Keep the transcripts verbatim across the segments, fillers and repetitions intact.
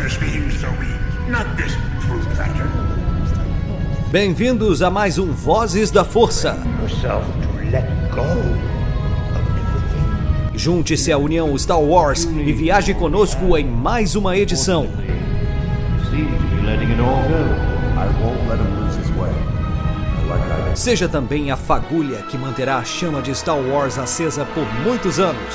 Bem-vindos a mais um Vozes da Força. Junte-se à União Star Wars e viaje conosco em mais uma edição. Seja também a fagulha que manterá a chama de Star Wars acesa por muitos anos.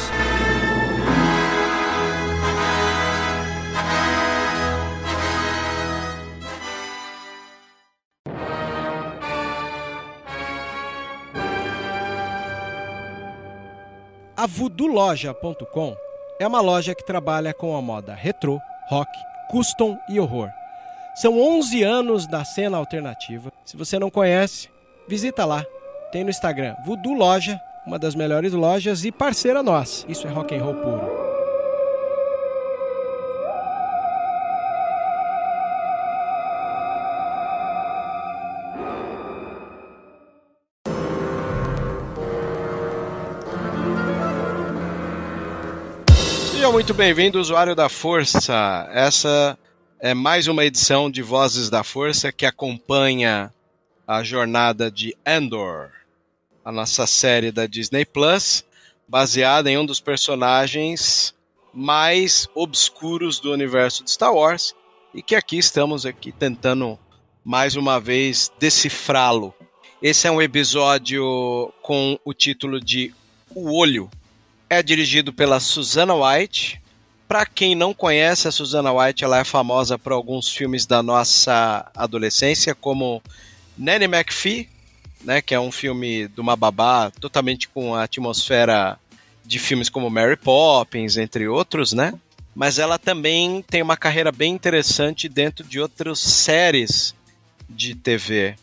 A voodoo loja ponto com é uma loja que trabalha com a moda retrô, rock, custom e horror. São onze anos da cena alternativa. Se você não conhece, visita lá. Tem no Instagram Voodoo Loja, uma das melhores lojas e parceira nossa. Isso é rock and roll puro. Seja muito bem-vindo, usuário da Força. Essa é mais uma edição de Vozes da Força que acompanha a jornada de Andor, a nossa série da Disney Plus, baseada em um dos personagens mais obscuros do universo de Star Wars e que aqui estamos aqui tentando mais uma vez decifrá-lo. Esse é um episódio com o título de O Olho. É dirigido pela Susanna White. Para quem não conhece a Susanna White, ela é famosa por alguns filmes da nossa adolescência, como Nanny McPhee, né, que é um filme de uma babá totalmente com a atmosfera de filmes como Mary Poppins, entre outros, né? Mas ela também tem uma carreira bem interessante dentro de outras séries de T V.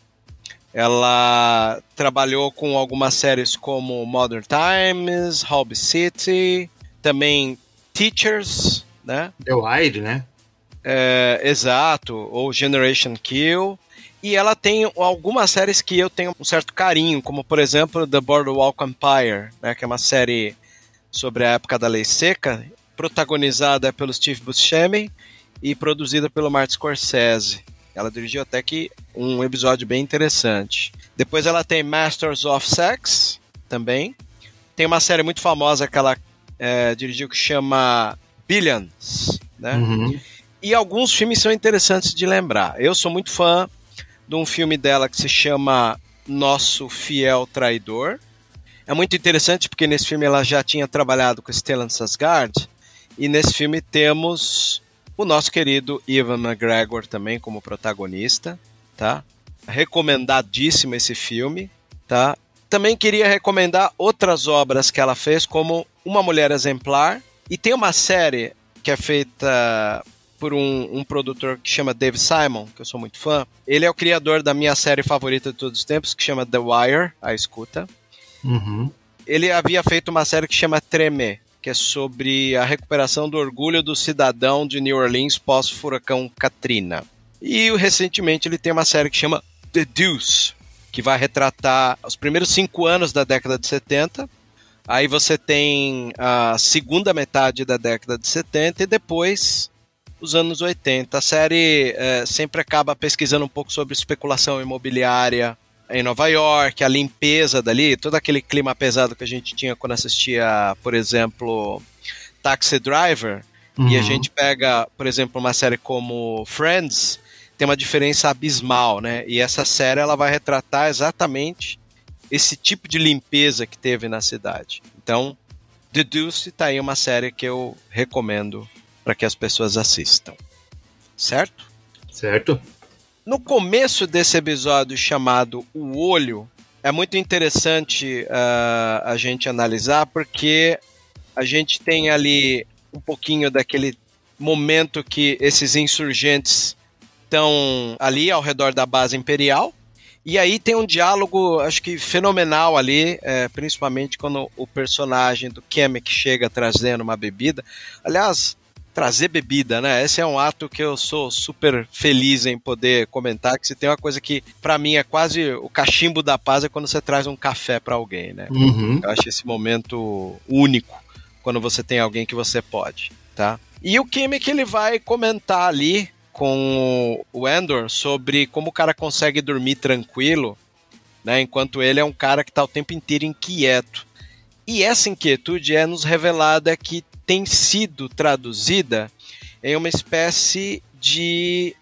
Ela trabalhou com algumas séries como Modern Times, Hobby City, também Teachers, né? The Wire, né? É, exato, ou Generation Kill. E ela tem algumas séries que eu tenho um certo carinho, como por exemplo The Boardwalk Empire, né? Que é uma série sobre a época da Lei Seca, protagonizada pelo Steve Buscemi e produzida pelo Martin Scorsese. Ela dirigiu até que um episódio bem interessante. Depois ela tem Masters of Sex, também. Tem uma série muito famosa que ela é, dirigiu que chama Billions, né? Uhum. E alguns filmes são interessantes de lembrar. Eu sou muito fã de um filme dela que se chama Nosso Fiel Traidor. É muito interessante porque nesse filme ela já tinha trabalhado com Stellan Skarsgård. E nesse filme temos o nosso querido Ewan McGregor também como protagonista, tá? Recomendadíssimo esse filme, tá? Também queria recomendar outras obras que ela fez, como Uma Mulher Exemplar, e tem uma série que é feita por um, um produtor que chama Dave Simon, que eu sou muito fã. Ele é o criador da minha série favorita de todos os tempos, que chama The Wire, A Escuta. Uhum. Ele havia feito uma série que chama Tremé, que é sobre a recuperação do orgulho do cidadão de New Orleans pós-furacão Katrina. E recentemente ele tem uma série que chama The Deuce, que vai retratar os primeiros cinco anos da década de setenta. Aí você tem a segunda metade da década de setenta e depois os anos oitenta. A série é, sempre acaba pesquisando um pouco sobre especulação imobiliária em Nova York, a limpeza dali, todo aquele clima pesado que a gente tinha quando assistia, por exemplo, Taxi Driver, uhum. E a gente pega, por exemplo, uma série como Friends, tem uma diferença abismal, né? E essa série ela vai retratar exatamente esse tipo de limpeza que teve na cidade. Então, The Deuce tá aí uma série que eu recomendo para que as pessoas assistam. Certo? Certo. No começo desse episódio chamado O Olho, é muito interessante uh, a gente analisar, porque a gente tem ali um pouquinho daquele momento que esses insurgentes estão ali ao redor da base imperial, e aí tem um diálogo, acho que fenomenal ali, é, principalmente quando o personagem do Kemek chega trazendo uma bebida. Aliás, trazer bebida, né? Esse é um ato que eu sou super feliz em poder comentar, que se tem uma coisa que pra mim é quase o cachimbo da paz, é quando você traz um café pra alguém, né? Uhum. Eu acho esse momento único, quando você tem alguém que você pode, tá? E o Kimmich, ele vai comentar ali com o Andor sobre como o cara consegue dormir tranquilo, né, enquanto ele é um cara que está o tempo inteiro inquieto. E essa inquietude é nos revelada que tem sido traduzida em uma espécie de...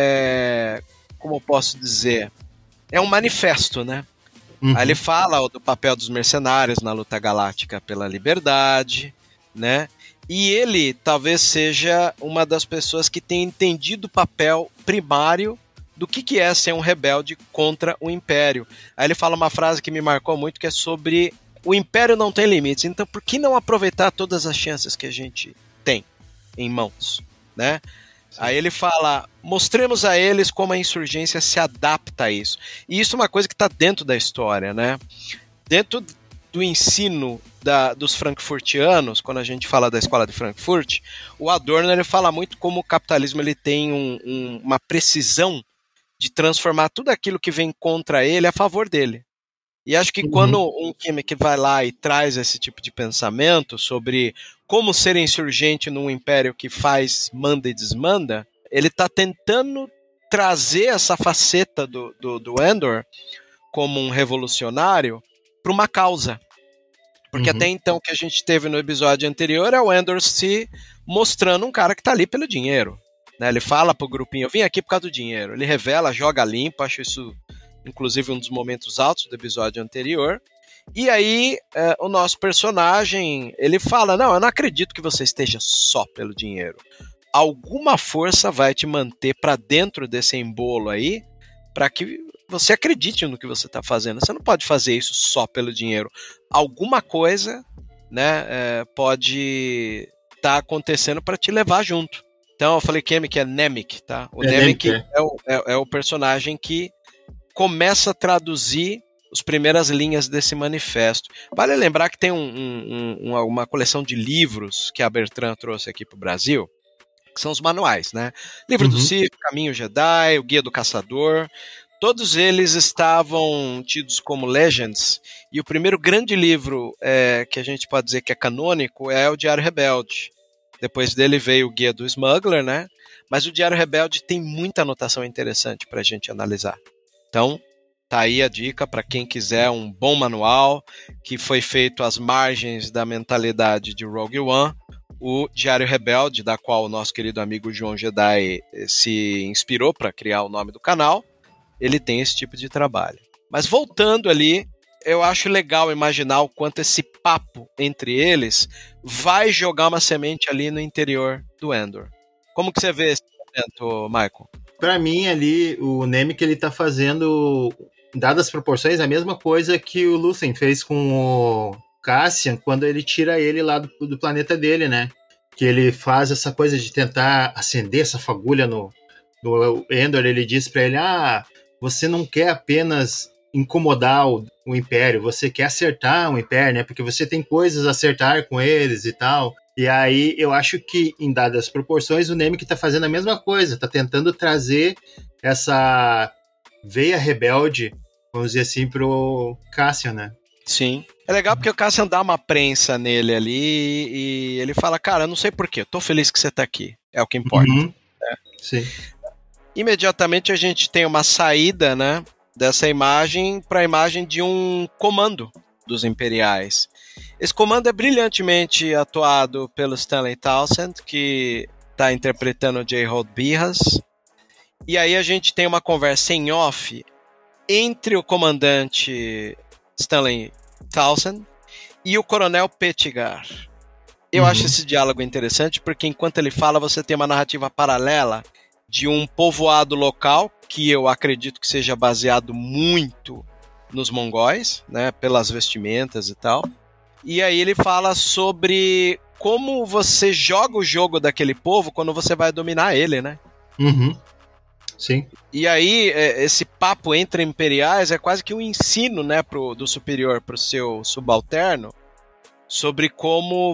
É, como eu posso dizer? É um manifesto, né? Uhum. Aí ele fala do papel dos mercenários na luta galáctica pela liberdade, né? E ele talvez seja uma das pessoas que tem entendido o papel primário do que, que é ser um rebelde contra o Império. Aí ele fala uma frase que me marcou muito, que é sobre o Império não tem limites, então por que não aproveitar todas as chances que a gente tem em mãos, né? Sim. Aí ele fala, mostremos a eles como a insurgência se adapta a isso. E isso é uma coisa que está dentro da história, né? Dentro do ensino da, dos frankfurtianos, quando a gente fala da escola de Frankfurt, o Adorno ele fala muito como o capitalismo ele tem um, um, uma precisão de transformar tudo aquilo que vem contra ele a favor dele. E acho que uhum. quando um Kimmich vai lá e traz esse tipo de pensamento sobre como ser insurgente num império que faz, manda e desmanda, ele está tentando trazer essa faceta do, do, do Andor como um revolucionário para uma causa. Porque uhum. até então o que a gente teve no episódio anterior é o Andor se mostrando um cara que está ali pelo dinheiro. Né? Ele fala pro grupinho, eu vim aqui por causa do dinheiro. Ele revela, joga limpo, acho isso inclusive um dos momentos altos do episódio anterior. E aí é, o nosso personagem, ele fala, não, eu não acredito que você esteja só pelo dinheiro. Alguma força vai te manter para dentro desse embolo aí, para que você acredite no que você está fazendo. Você não pode fazer isso só pelo dinheiro. Alguma coisa, né, é, pode estar tá acontecendo para te levar junto. Então eu falei que é Nemik, tá? O é Nemik é. É, o, é, é o personagem que começa a traduzir as primeiras linhas desse manifesto. Vale lembrar que tem um, um, um, uma coleção de livros que a Bertrand trouxe aqui para o Brasil, que são os manuais, né? Livro uhum. do Sith, Caminho Jedi, o Guia do Caçador, todos eles estavam tidos como Legends, e o primeiro grande livro é, que a gente pode dizer que é canônico é o Diário Rebelde. Depois dele veio o Guia do Smuggler, né? Mas o Diário Rebelde tem muita anotação interessante para a gente analisar. Então, tá aí a dica para quem quiser um bom manual que foi feito às margens da mentalidade de Rogue One, o Diário Rebelde, da qual o nosso querido amigo João Jedi se inspirou para criar o nome do canal, ele tem esse tipo de trabalho. Mas voltando ali, eu acho legal imaginar o quanto esse papo entre eles vai jogar uma semente ali no interior do Andor. Como que você vê esse momento, Michael? Para mim, ali, o Nemik, ele tá fazendo, dadas as proporções, a mesma coisa que o Luthen fez com o Cassian, quando ele tira ele lá do, do planeta dele, né? Que ele faz essa coisa de tentar acender essa fagulha no, no Andor. Ele diz para ele, ah, você não quer apenas incomodar o, o Império, você quer acertar o Império, né? Porque você tem coisas a acertar com eles e tal. E aí eu acho que, em dadas as proporções, o Nemik está fazendo a mesma coisa, está tentando trazer essa veia rebelde, vamos dizer assim, pro Cassian, né? Sim. É legal porque o Cassian dá uma prensa nele ali e ele fala, cara, eu não sei porquê, tô feliz que você tá aqui, é o que importa. Uhum. É. Sim. Imediatamente a gente tem uma saída, né, dessa imagem para a imagem de um comando dos Imperiais. Esse comando é brilhantemente atuado pelo Stanley Townsend, que está interpretando o J-Rod Bihas. E aí a gente tem uma conversa em off entre o comandante Stanley Townsend e o coronel Pettigar. Eu uhum. acho esse diálogo interessante porque enquanto ele fala, você tem uma narrativa paralela de um povoado local, que eu acredito que seja baseado muito nos mongóis, né, pelas vestimentas e tal. E aí ele fala sobre como você joga o jogo daquele povo quando você vai dominar ele, né? Uhum. Sim. E aí esse papo entre imperiais é quase que um ensino, né, pro, do superior para o seu subalterno sobre como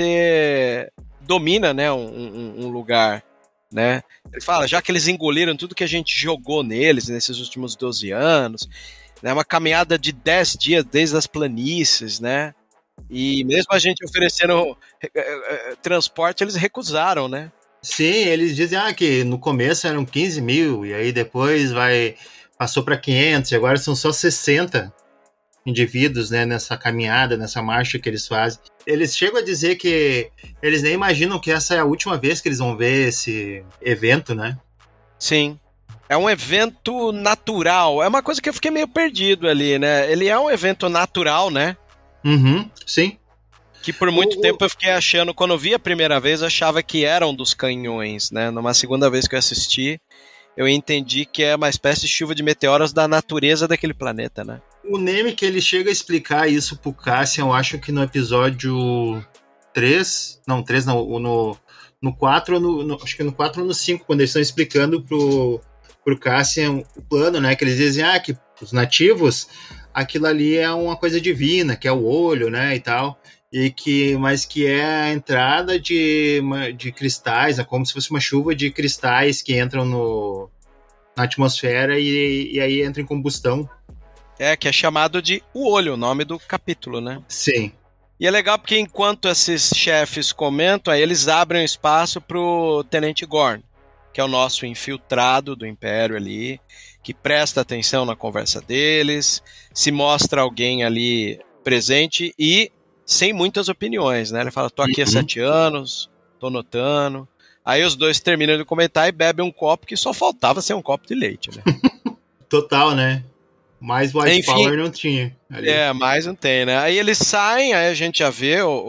você domina, né, um, um, um lugar, né? Ele fala, já que eles engoliram tudo que a gente jogou neles nesses últimos doze anos, né, uma caminhada de dez dias desde as planícies, né? E mesmo a gente oferecendo eh, eh, transporte, eles recusaram, né? Sim, eles dizem ah, que no começo eram quinze mil, e aí depois vai passou para quinhentos, e agora são só sessenta indivíduos, né, nessa caminhada, nessa marcha que eles fazem. Eles chegam a dizer que eles nem imaginam que essa é a última vez que eles vão ver esse evento, né? Sim. É um evento natural. É uma coisa que eu fiquei meio perdido ali, né? Ele é um evento natural, né? Uhum, sim. Que por muito o, tempo eu fiquei achando, quando eu vi a primeira vez, eu achava que eram dos canhões, né? Numa segunda vez que eu assisti, eu entendi que é uma espécie de chuva de meteoros da natureza daquele planeta, né? O Nemec, ele chega a explicar isso pro Cassian, eu acho que no episódio três, não, três não, no, no quatro, ou no, no, acho que no quatro ou no cinco, quando eles estão explicando pro, pro Cassian o plano, né, que eles dizem, ah, que os nativos, aquilo ali é uma coisa divina, que é o olho, né, e tal, e que, mas que é a entrada de, de cristais, é como se fosse uma chuva de cristais que entram no, na atmosfera e, e aí entra em combustão. É, que é chamado de O Olho, o nome do capítulo, né? Sim. E é legal porque enquanto esses chefes comentam, aí eles abrem um espaço pro Tenente Gorn, que é o nosso infiltrado do Império ali, que presta atenção na conversa deles, se mostra alguém ali presente e sem muitas opiniões, né? Ele fala, tô aqui uhum. há sete anos, tô notando. Aí os dois terminam de comentar e bebem um copo que só faltava ser um copo de leite, né? Total, né? Mais White Enfim, Power não tinha. Ali. É, mais não tem, né? Aí eles saem, aí a gente já vê o,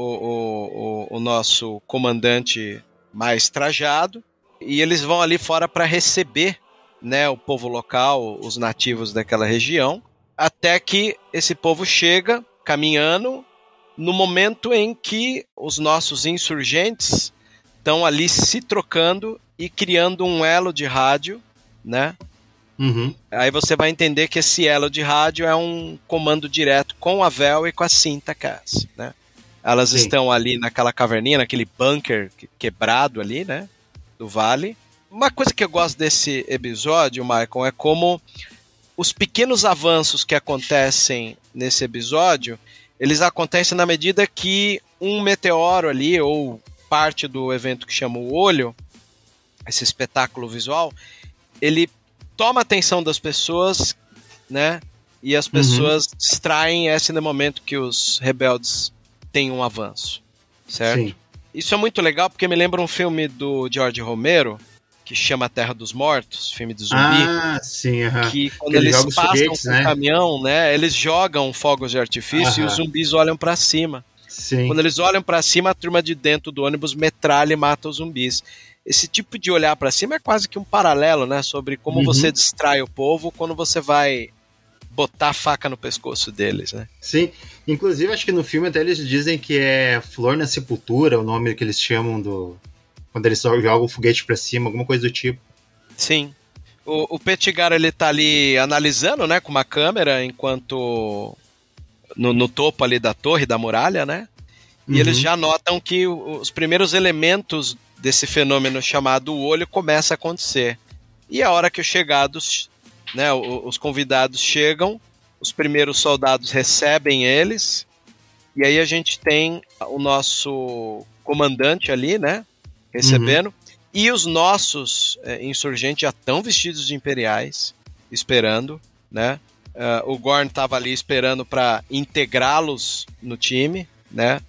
o, o, o nosso comandante mais trajado, e eles vão ali fora para receber, né, o povo local, os nativos daquela região, até que esse povo chega caminhando no momento em que os nossos insurgentes estão ali se trocando e criando um elo de rádio, né? Uhum. Aí você vai entender que esse elo de rádio é um comando direto com a Vel e com a Cinta Cass, né? Elas Sim. estão ali naquela caverninha, naquele bunker quebrado ali, né? Do vale. Uma coisa que eu gosto desse episódio, Michael, é como os pequenos avanços que acontecem nesse episódio, eles acontecem na medida que um meteoro ali, ou parte do evento que chama o Olho, esse espetáculo visual, ele toma a atenção das pessoas, né? E as pessoas uhum. distraem esse no momento que os rebeldes têm um avanço, certo? Sim. Isso é muito legal porque me lembra um filme do George Romero que chama Terra dos Mortos, filme de zumbi. Ah, sim, uh-huh. Que quando eles passam foguetes, com o né? caminhão, né? Eles jogam fogos de artifício uh-huh. e os zumbis olham para cima. Sim. Quando eles olham para cima, a turma de dentro do ônibus metralha e mata os zumbis. Esse tipo de olhar para cima é quase que um paralelo, né, sobre como uhum. você distrai o povo quando você vai botar a faca no pescoço deles, né? Sim, inclusive acho que no filme até eles dizem que é Flor na Sepultura, o nome que eles chamam do... quando eles jogam o foguete para cima, alguma coisa do tipo. Sim. O, o Pettigara, ele tá ali analisando, né, com uma câmera, enquanto no, no topo ali da torre, da muralha, né? E uhum. eles já notam que os primeiros elementos desse fenômeno chamado o olho começa a acontecer. E a hora que os chegados, né, os convidados chegam, os primeiros soldados recebem eles, e aí a gente tem o nosso comandante ali, né, recebendo, uhum. e os nossos é, insurgentes já estão vestidos de imperiais, esperando, né, uh, o Gorn estava ali esperando para integrá-los no time, né.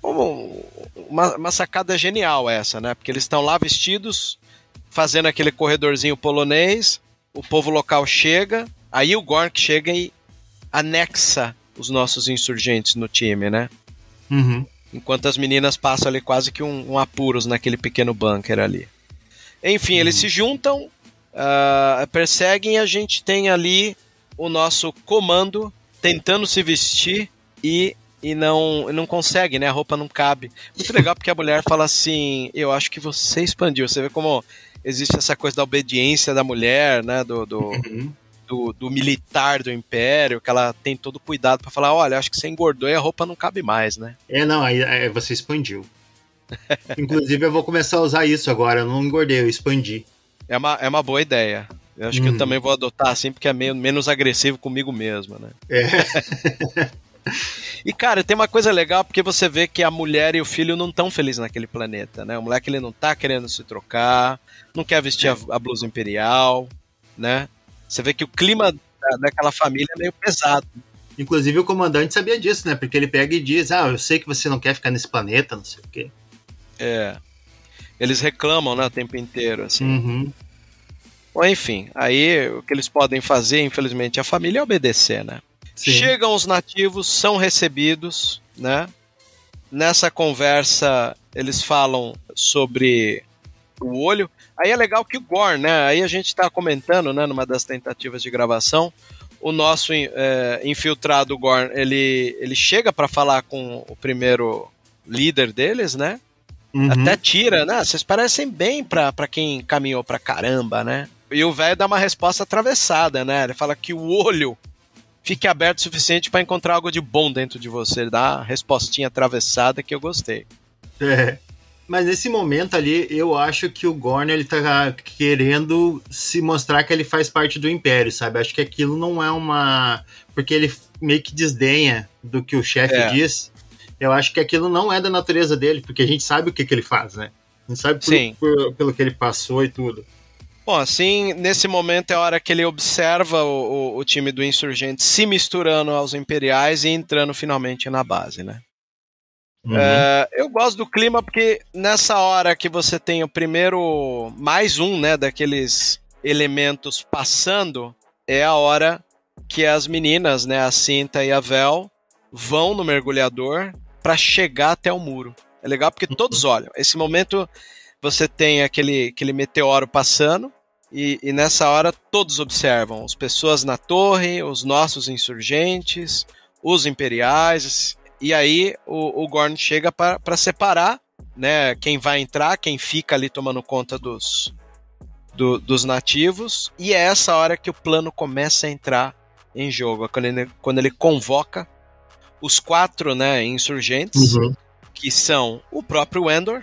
Uma, uma sacada genial essa, né? Porque eles estão lá vestidos, fazendo aquele corredorzinho polonês, o povo local chega, aí o Gorn chega e anexa os nossos insurgentes no time, né? Uhum. Enquanto as meninas passam ali quase que um, um apuros naquele pequeno bunker ali. Enfim, uhum. eles se juntam, uh, perseguem, e a gente tem ali o nosso comando tentando se vestir e E não, não consegue, né? A roupa não cabe. Muito legal porque a mulher fala assim, eu acho que você expandiu. Você vê como existe essa coisa da obediência da mulher, né? Do, do, uhum. do, do militar do Império, que ela tem todo cuidado pra falar, olha, acho que você engordou e a roupa não cabe mais, né? É, não, aí, aí você expandiu. Inclusive eu vou começar a usar isso agora. Eu não engordei, eu expandi. É uma, é uma boa ideia. Eu acho uhum. que eu também vou adotar assim, porque é meio, menos agressivo comigo mesmo, né? É. E, cara, tem uma coisa legal, porque você vê que a mulher e o filho não estão felizes naquele planeta, né? O moleque, ele não tá querendo se trocar, não quer vestir a, a blusa imperial, né? Você vê que o clima da, daquela família é meio pesado. Inclusive o comandante sabia disso, né? Porque ele pega e diz, ah, eu sei que você não quer ficar nesse planeta, não sei o quê. É. Eles reclamam, né, o tempo inteiro, assim. Uhum. Bom, enfim, aí o que eles podem fazer, infelizmente, a família é obedecer, né? Sim. Chegam os nativos, são recebidos, né? Nessa conversa, eles falam sobre o olho. Aí é legal que o Gorn, né? Aí a gente tá comentando, né, numa das tentativas de gravação, o nosso é, infiltrado Gorn, ele, ele chega para falar com o primeiro líder deles, né? Uhum. Até tira, né? Vocês parecem bem pra, pra quem caminhou pra caramba, né? E o velho dá uma resposta atravessada, né? Ele fala que o olho fique aberto o suficiente pra encontrar algo de bom dentro de você. Ele dá uma respostinha atravessada que eu gostei. É. Mas nesse momento ali, eu acho que o Gorn, ele tá querendo se mostrar que ele faz parte do Império, sabe? Acho que aquilo não é uma... Porque ele meio que desdenha do que o chefe é. diz. Eu acho que aquilo não é da natureza dele, porque a gente sabe o que, que ele faz, né? A gente sabe por, por, pelo que ele passou e tudo. Bom, assim, nesse momento é a hora que ele observa o, o, o time do insurgente se misturando aos imperiais e entrando finalmente na base, né? Uhum. É, eu gosto do clima porque nessa hora que você tem o primeiro, mais um, né, daqueles elementos passando, é a hora que as meninas, né, a Cinta e a Vel, vão no mergulhador para chegar até o muro. É legal porque todos olham. Esse momento você tem aquele, aquele meteoro passando e, e nessa hora todos observam. As pessoas na torre, os nossos insurgentes, os imperiais. E aí o, o Gorn chega para separar, né, quem vai entrar, quem fica ali tomando conta dos, do, dos nativos. E é essa hora que o plano começa a entrar em jogo. Quando ele, quando ele convoca os quatro, né, insurgentes, uhum. que são o próprio Endor,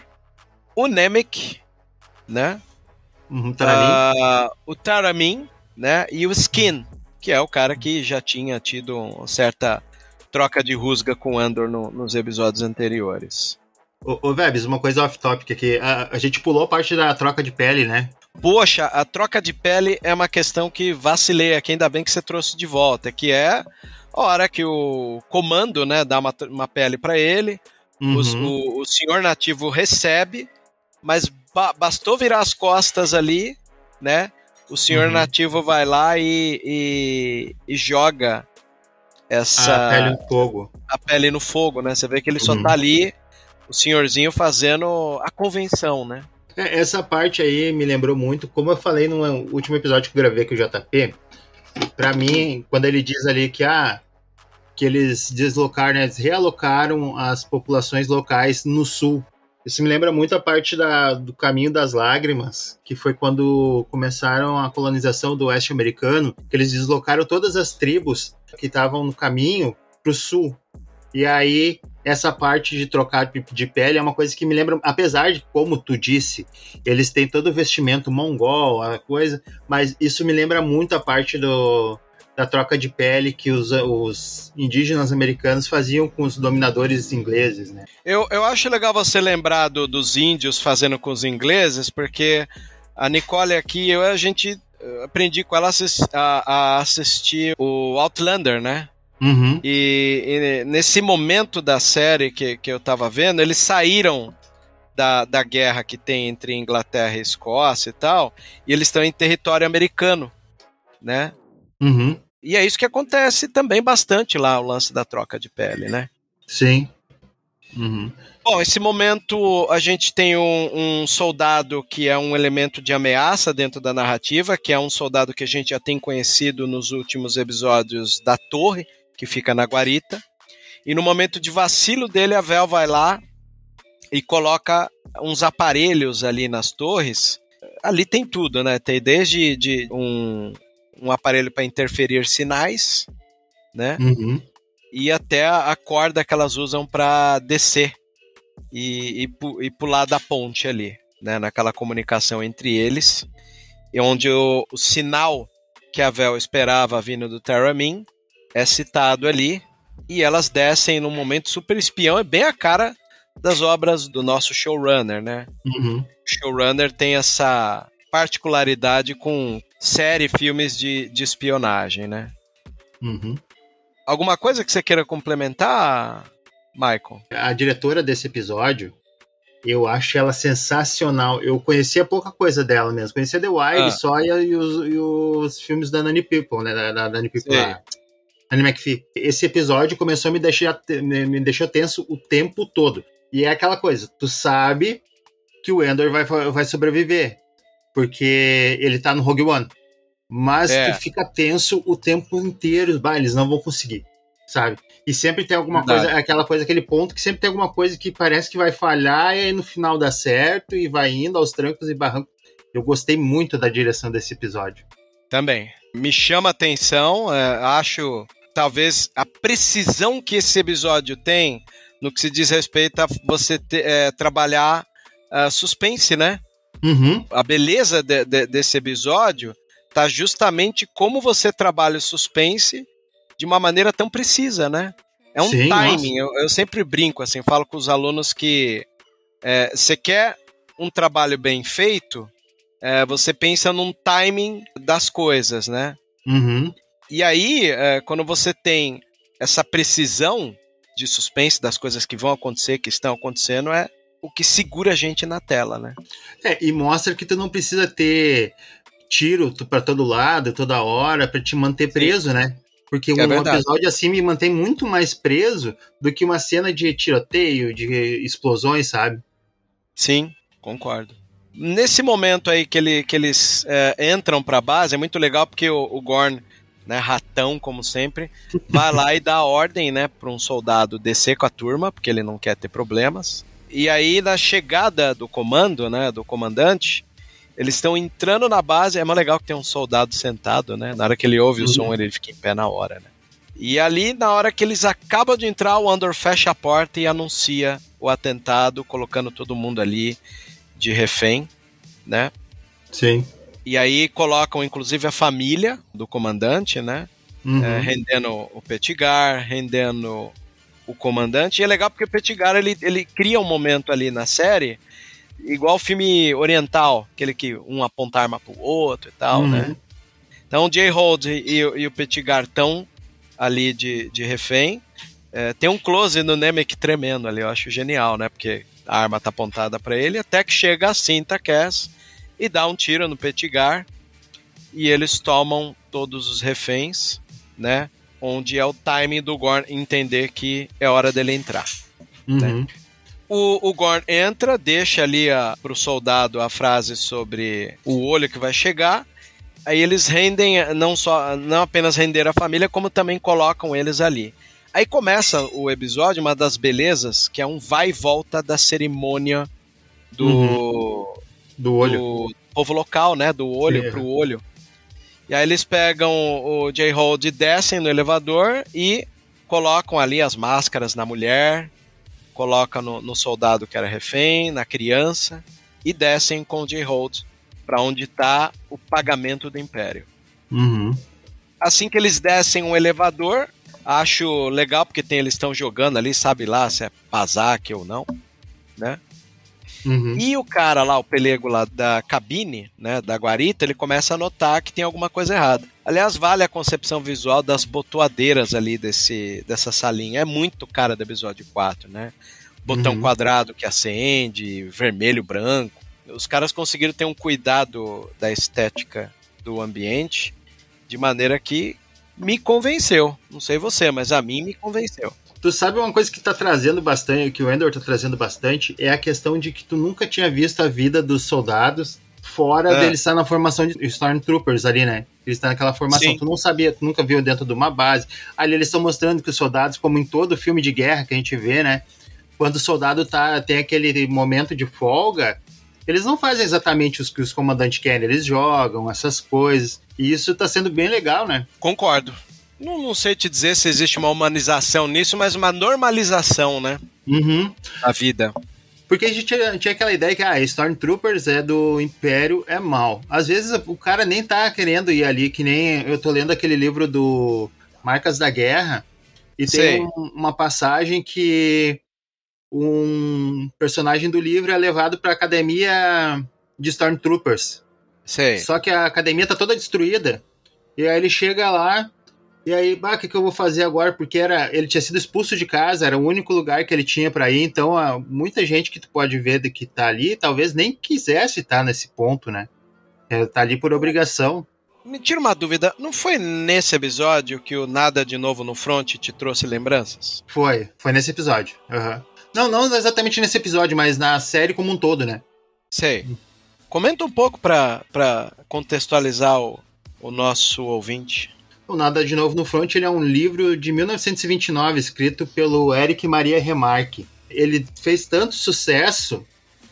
o Nemik, né, uhum, uh, o Taramin, né, e o Skin, que é o cara que já tinha tido uma certa troca de rusga com o Endor no, nos episódios anteriores. Ô, ô Vebs, uma coisa off-topic aqui, a, a gente pulou a parte da troca de pele, né? Poxa, a troca de pele é uma questão que vacilei aqui, ainda bem que você trouxe de volta, que é a hora que o comando, né, dá uma, uma pele para ele, uhum. os, o, o senhor nativo recebe, mas ba- bastou virar as costas ali, né, o senhor uhum. nativo vai lá e, e, e joga essa... A pele no fogo. A pele no fogo, né, você vê que ele uhum. só tá ali, o senhorzinho fazendo a convenção, né. É, essa parte aí me lembrou muito, como eu falei no último episódio que eu gravei com o J P, pra mim, quando ele diz ali que, ah, que eles deslocaram, né, eles realocaram as populações locais no sul. Isso me lembra muito a parte da, do Caminho das Lágrimas, que foi quando começaram a colonização do oeste americano, que eles deslocaram todas as tribos que estavam no caminho pro sul. E aí, essa parte de trocar de pele é uma coisa que me lembra, apesar de, como tu disse, eles têm todo o vestimento mongol, a coisa, mas isso me lembra muito a parte do, da troca de pele que os, os indígenas americanos faziam com os dominadores ingleses, né? Eu, eu acho legal você lembrar do, dos índios fazendo com os ingleses, porque a Nicole aqui, eu, a gente eu aprendi com ela a, a assistir o Outlander, né? Uhum. E, e nesse momento da série que, que eu tava vendo, eles saíram da, da guerra que tem entre Inglaterra e Escócia e tal, e eles estão em território americano, né? Uhum. E é isso que acontece também bastante lá, o lance da troca de pele, né? Sim. Uhum. Bom, esse momento a gente tem um, um soldado que é um elemento de ameaça dentro da narrativa, que é um soldado que a gente já tem conhecido nos últimos episódios da Torre, que fica na guarita, e no momento de vacilo dele, a Vel vai lá e coloca uns aparelhos ali nas torres. Ali tem tudo, né? Tem desde de um, um aparelho para interferir sinais, né? Uhum. E até a corda que elas usam para descer e, e, e pular da ponte ali, né? Naquela comunicação entre eles, e onde o, o sinal que a Vel esperava vindo do Taramin é citado ali, e elas descem num momento super espião, é bem a cara das obras do nosso showrunner, né? Uhum. O showrunner tem essa particularidade com série, filmes de, de espionagem, né? Uhum. Alguma coisa que você queira complementar, Michael? A diretora desse episódio, eu acho ela sensacional. Eu conhecia pouca coisa dela mesmo. Conhecia The Wire Ah. só e, e, os, e os filmes da Nanny People, né? Da, da Nanny People, a Nanny McPhee. Esse episódio começou a me deixar, me, me deixou tenso o tempo todo. E é aquela coisa, tu sabe que o Endor vai, vai sobreviver, porque ele tá no Rogue One. Mas É. tu fica tenso o tempo inteiro. Bah, eles não vão conseguir, sabe? E sempre tem alguma Verdade. coisa, aquela coisa, aquele ponto que sempre tem alguma coisa que parece que vai falhar e aí no final dá certo e vai indo aos trancos e barrancos. Eu gostei muito da direção desse episódio. Também. Me chama a atenção, é, acho, talvez, a precisão que esse episódio tem no que se diz respeito a você ter, é, trabalhar uh, suspense, né? Uhum. A beleza de, de, desse episódio tá justamente como você trabalha o suspense de uma maneira tão precisa, né? É um Sim, timing. Eu, eu sempre brinco, assim, falo com os alunos que é, você quer um trabalho bem feito, é, você pensa num timing das coisas, né? Uhum. E aí, é, quando você tem essa precisão de suspense das coisas que vão acontecer, que estão acontecendo, é o que segura a gente na tela, né? É, e mostra que tu não precisa ter tiro pra todo lado, toda hora, pra te manter preso, Sim. né? Porque um é episódio assim me mantém muito mais preso do que uma cena de tiroteio, de explosões, sabe? Sim, concordo. Nesse momento aí que, ele, que eles é, entram pra base, é muito legal porque o, o Gorn, né, ratão como sempre, vai lá e dá a ordem, né, para um soldado descer com a turma, porque ele não quer ter problemas. E aí na chegada do comando, né, do comandante, eles estão entrando na base, é mais legal que tem um soldado sentado, né, na hora que ele ouve uhum. o som ele fica em pé na hora, né. E ali na hora que eles acabam de entrar, o Andor fecha a porta e anuncia o atentado, colocando todo mundo ali de refém, né. Sim. E aí colocam, inclusive, a família do comandante, né? Uhum. É, rendendo o Pettigar, rendendo o comandante. E é legal porque o Pettigar, ele, ele cria um momento ali na série, igual filme oriental, aquele que um aponta a arma pro outro e tal, uhum. né? Então o J-Hold e, e o Pettigar estão ali de, de refém. É, tem um close no Nemec tremendo ali, eu acho genial, né? Porque a arma tá apontada para ele, até que chega a Cinta Cass e dá um tiro no Pettigar e eles tomam todos os reféns, né? Onde é o timing do Gorn entender que é hora dele entrar. Uhum. Né? O, o Gorn entra, deixa ali a, pro soldado a frase sobre o olho que vai chegar. Aí eles rendem, não, só, não apenas render a família, como também colocam eles ali. Aí começa o episódio, uma das belezas, que é um vai e volta da cerimônia do... Uhum. Do olho. Do povo local, né? Do olho Sim. pro olho. E aí eles pegam o J-Hold e descem no elevador e colocam ali as máscaras na mulher, colocam no, no soldado que era refém, na criança, e descem com o J-Hold para onde está o pagamento do Império. Uhum. Assim que eles descem um elevador, acho legal porque tem, eles estão jogando ali, sabe lá se é Pazak ou não, né? Uhum. E o cara lá, o pelego lá da cabine, né, da guarita, ele começa a notar que tem alguma coisa errada. Aliás, vale a concepção visual das botoadeiras ali desse, dessa salinha. É muito cara do episódio quatro, né? Botão uhum. quadrado que acende, vermelho, branco. Os caras conseguiram ter um cuidado da estética do ambiente de maneira que me convenceu. Não sei você, mas a mim me convenceu. Tu sabe uma coisa que tá trazendo bastante, que o Endor tá trazendo bastante, é a questão de que tu nunca tinha visto a vida dos soldados fora é. deles estar na formação de Stormtroopers ali, né? Eles estão naquela formação, Sim. tu não sabia, tu nunca viu dentro de uma base. Ali eles estão mostrando que os soldados, como em todo filme de guerra que a gente vê, né? Quando o soldado tá, tem aquele momento de folga, eles não fazem exatamente o que os comandantes querem, eles jogam essas coisas. E isso tá sendo bem legal, né? Concordo. Não, não sei te dizer se existe uma humanização nisso, mas uma normalização, né? Uhum. Da vida. Porque a gente tinha, tinha aquela ideia que ah, Stormtroopers é do Império, é mal. Às vezes o cara nem tá querendo ir ali, que nem eu tô lendo aquele livro do Marcas da Guerra, E Sei. tem um, uma passagem que um personagem do livro é levado para a academia de Stormtroopers. Sei. Só que a academia tá toda destruída. E aí ele chega lá, e aí, bah, o que, que eu vou fazer agora? Porque era, ele tinha sido expulso de casa, era o único lugar que ele tinha para ir. Então, há muita gente que tu pode ver de que tá ali, talvez nem quisesse estar nesse ponto, né? É, tá ali por obrigação. Me tira uma dúvida, não foi nesse episódio que o Nada de Novo no Front te trouxe lembranças? Foi, foi nesse episódio. Uhum. Não, não exatamente nesse episódio, mas na série como um todo, né? Sei. Comenta um pouco para contextualizar o, o nosso ouvinte. O Nada de Novo no Front ele é um livro de mil novecentos e vinte e nove, escrito pelo Eric Maria Remarque. Ele fez tanto sucesso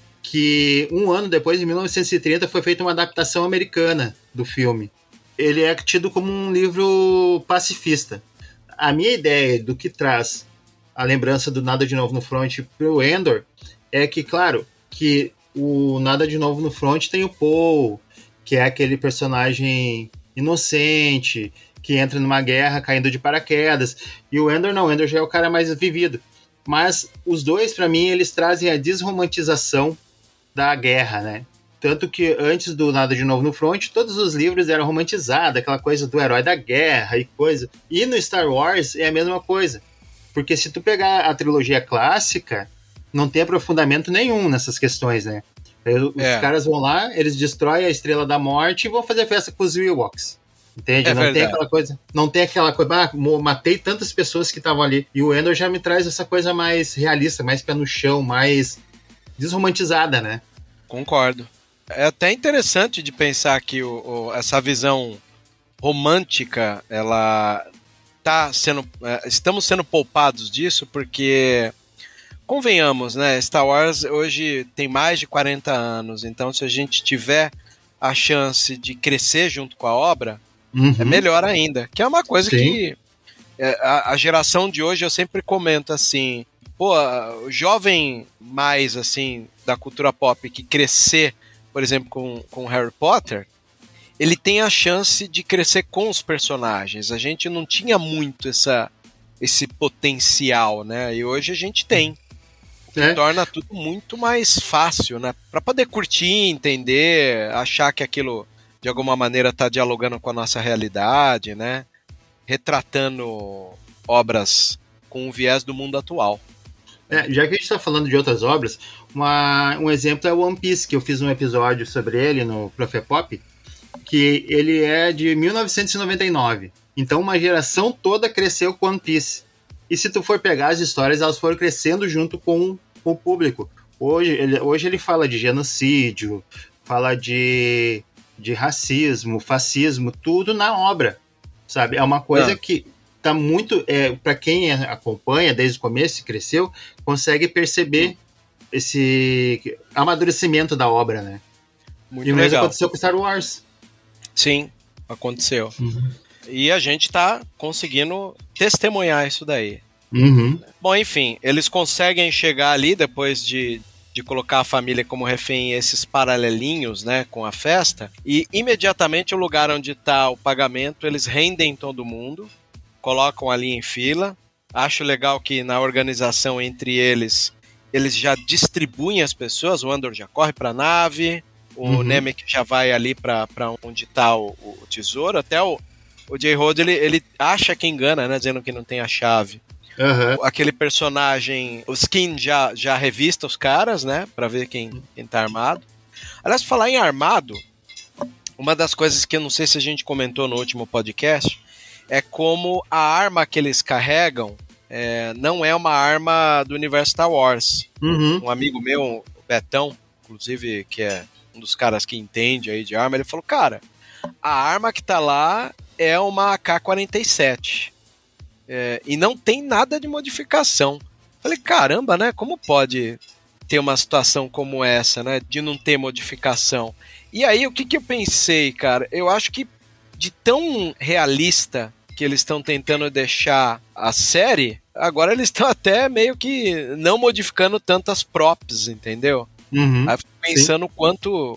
que um ano depois, em mil novecentos e trinta, foi feita uma adaptação americana do filme. Ele é tido como um livro pacifista. A minha ideia do que traz a lembrança do Nada de Novo no Front pro Endor é que, claro, que o Nada de Novo no Front tem o Poe, que é aquele personagem inocente, que entra numa guerra caindo de paraquedas, e o Endor não, o Endor já é o cara mais vivido. Mas os dois, para mim, eles trazem a desromantização da guerra, né? Tanto que antes do Nada de Novo no Front, todos os livros eram romantizados, aquela coisa do herói da guerra e coisa. E no Star Wars é a mesma coisa. Porque se tu pegar a trilogia clássica, não tem aprofundamento nenhum nessas questões, né? Os é. caras vão lá, eles destroem a Estrela da Morte e vão fazer festa com os Ewoks. Entende? É não verdade. tem aquela coisa. Não tem aquela coisa. Ah, matei tantas pessoas que estavam ali. E o Endor já me traz essa coisa mais realista, mais pé no chão, mais desromantizada, né? Concordo. É até interessante de pensar que o, o, essa visão romântica, ela tá sendo. É, estamos sendo poupados disso porque, convenhamos, né? Star Wars hoje tem mais de quarenta anos, então se a gente tiver a chance de crescer junto com a obra, uhum. é melhor ainda. Que é uma coisa Sim. que é, a, a geração de hoje eu sempre comento assim, pô, o jovem mais assim da cultura pop que crescer, por exemplo, com, com Harry Potter, ele tem a chance de crescer com os personagens. A gente não tinha muito essa, esse potencial, né? E hoje a gente tem. O que é. torna tudo muito mais fácil, né? Para poder curtir, entender, achar que aquilo de alguma maneira está dialogando com a nossa realidade, né? Retratando obras com o viés do mundo atual. É, já que a gente está falando de outras obras, uma, um exemplo é o One Piece, que eu fiz um episódio sobre ele no Profe Pop, que ele é de mil novecentos e noventa e nove. Então uma geração toda cresceu com One Piece. E se tu for pegar as histórias, elas foram crescendo junto com, com o público. Hoje ele, hoje ele fala de genocídio, fala de, de racismo, fascismo, tudo na obra, sabe? É uma coisa Não. que tá muito... É, para quem acompanha desde o começo e cresceu, consegue perceber esse amadurecimento da obra, né? Muito e o mesmo legal. aconteceu com Star Wars. Sim, aconteceu. Uhum. E a gente tá conseguindo testemunhar isso daí. Uhum. Bom, enfim, eles conseguem chegar ali depois de, de colocar a família como refém, esses paralelinhos, né, com a festa, e imediatamente o lugar onde está o pagamento, eles rendem todo mundo, colocam ali em fila. Acho legal que na organização entre eles, eles já distribuem as pessoas, o Andor já corre para a nave, o uhum. Nemec já vai ali para onde está o, o tesouro, até o O J-Rod, ele, ele acha que engana, né? Dizendo que não tem a chave. Uhum. Aquele personagem, o Skin já, já revista os caras, né? Pra ver quem, quem tá armado. Aliás, falar em armado, uma das coisas que eu não sei se a gente comentou no último podcast é como a arma que eles carregam é, não é uma arma do universo Star Wars. Uhum. Um amigo meu, o Betão, inclusive, que é um dos caras que entende aí de arma, ele falou, cara, a arma que tá lá é uma A K quarenta e sete. É, e não tem nada de modificação. Falei, caramba, né? Como pode ter uma situação como essa, né? De não ter modificação. E aí, o que, que eu pensei, cara? Eu acho que de tão realista que eles estão tentando deixar a série, agora eles estão até meio que não modificando tantas props, entendeu? Uhum, aí eu fico pensando o quanto...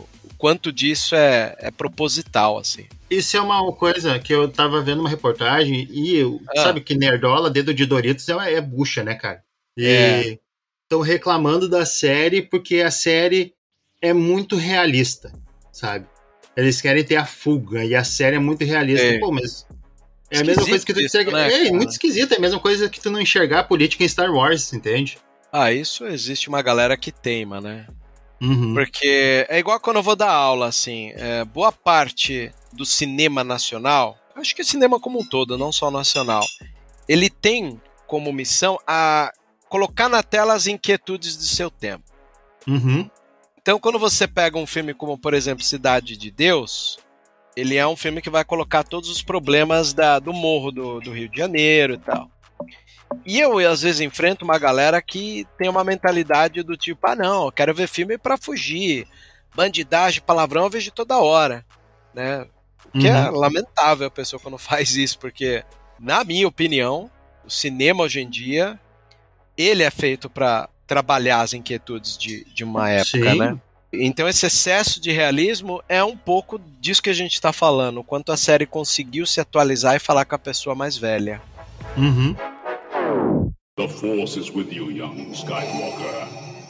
quanto disso é, é proposital, assim. Isso é uma coisa que eu tava vendo uma reportagem e eu, Ah. sabe que Nerdola, dedo de Doritos é, é bucha, né, cara? E É. estão reclamando da série porque a série é muito realista, sabe? Eles querem ter a fuga e a série é muito realista. É. Pô, mas é a mesma coisa que tu Esquisito isso, enxerga... né, É cara? muito esquisito, é a mesma coisa que tu não enxergar a política em Star Wars, entende? Ah, isso existe uma galera que teima, né? Uhum. Porque é igual quando eu vou dar aula, assim, é, boa parte do cinema nacional, acho que o cinema como um todo, não só o nacional, ele tem como missão a colocar na tela as inquietudes do seu tempo. Uhum. Então, quando você pega um filme como, por exemplo, Cidade de Deus, ele é um filme que vai colocar todos os problemas da, do morro do, do Rio de Janeiro e tal. E eu, às vezes, enfrento uma galera que tem uma mentalidade do tipo, ah, não, eu quero ver filme pra fugir. Bandidagem, palavrão, eu vejo toda hora. Né? O que Uhum. é lamentável a pessoa quando faz isso, porque, na minha opinião, o cinema hoje em dia, ele é feito pra trabalhar as inquietudes de, de uma época, Sim. né? Então esse excesso de realismo é um pouco disso que a gente tá falando, o quanto a série conseguiu se atualizar e falar com a pessoa mais velha. Uhum. The Force is with you, young Skywalker.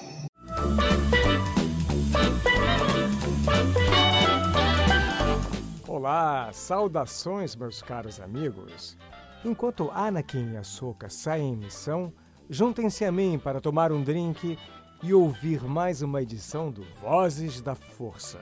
Olá, saudações, meus caros amigos. Enquanto Anakin e Ahsoka saem em missão, juntem-se a mim para tomar um drink e ouvir mais uma edição do Vozes da Força.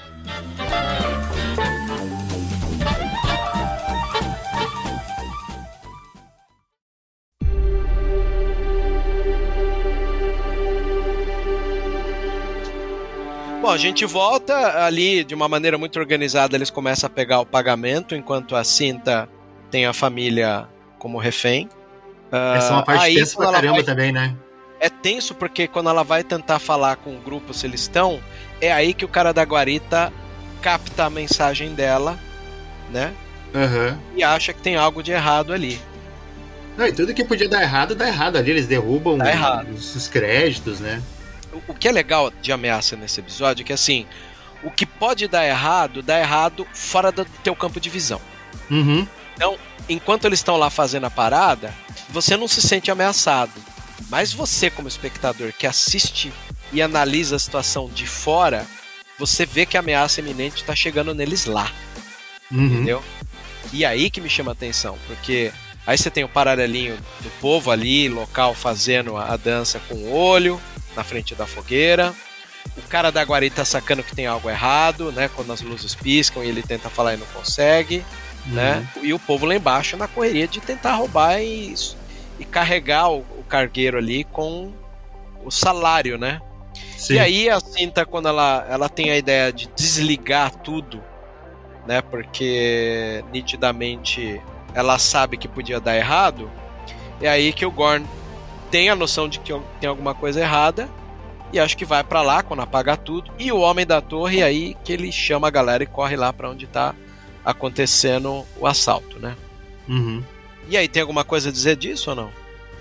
Bom, a gente volta ali de uma maneira muito organizada, eles começam a pegar o pagamento, enquanto a Cinta tem a família como refém. Essa é uma parte aí, tensa quando pra ela caramba vai- também, né? É tenso porque quando ela vai tentar falar com o grupo se eles estão, é aí que o cara da guarita capta a mensagem dela, né? Aham. E acha que tem algo de errado ali. Não, e tudo que podia dar errado, dá errado ali. Eles derrubam Dá errado. os, os créditos, né? O- O que é legal de Ameaça nesse episódio é que, assim, o que pode dar errado, dá errado fora do teu campo de visão. Uhum. Então, enquanto eles estão lá fazendo a parada, você não se sente ameaçado. Mas você, como espectador que assiste e analisa a situação de fora, você vê que a ameaça iminente está chegando neles lá, Uhum. entendeu? E aí que me chama a atenção, porque aí você tem o paralelinho do povo ali, local, fazendo a a dança com o olho, na frente da fogueira. O cara da guarita sacando que tem algo errado, né? Quando as luzes piscam e ele tenta falar e não consegue. Né? E o povo lá embaixo na correria de tentar roubar e, e carregar o, o cargueiro ali com o salário, né? Sim. E aí a Cinta, quando ela, ela tem a ideia de desligar tudo, né? Porque nitidamente ela sabe que podia dar errado, é aí que o Gorn tem a noção de que tem alguma coisa errada e acho que vai pra lá quando apaga tudo. E o Homem da Torre, é aí que ele chama a galera e corre lá pra onde tá acontecendo o assalto, né? Uhum. E aí, tem alguma coisa a dizer disso ou não?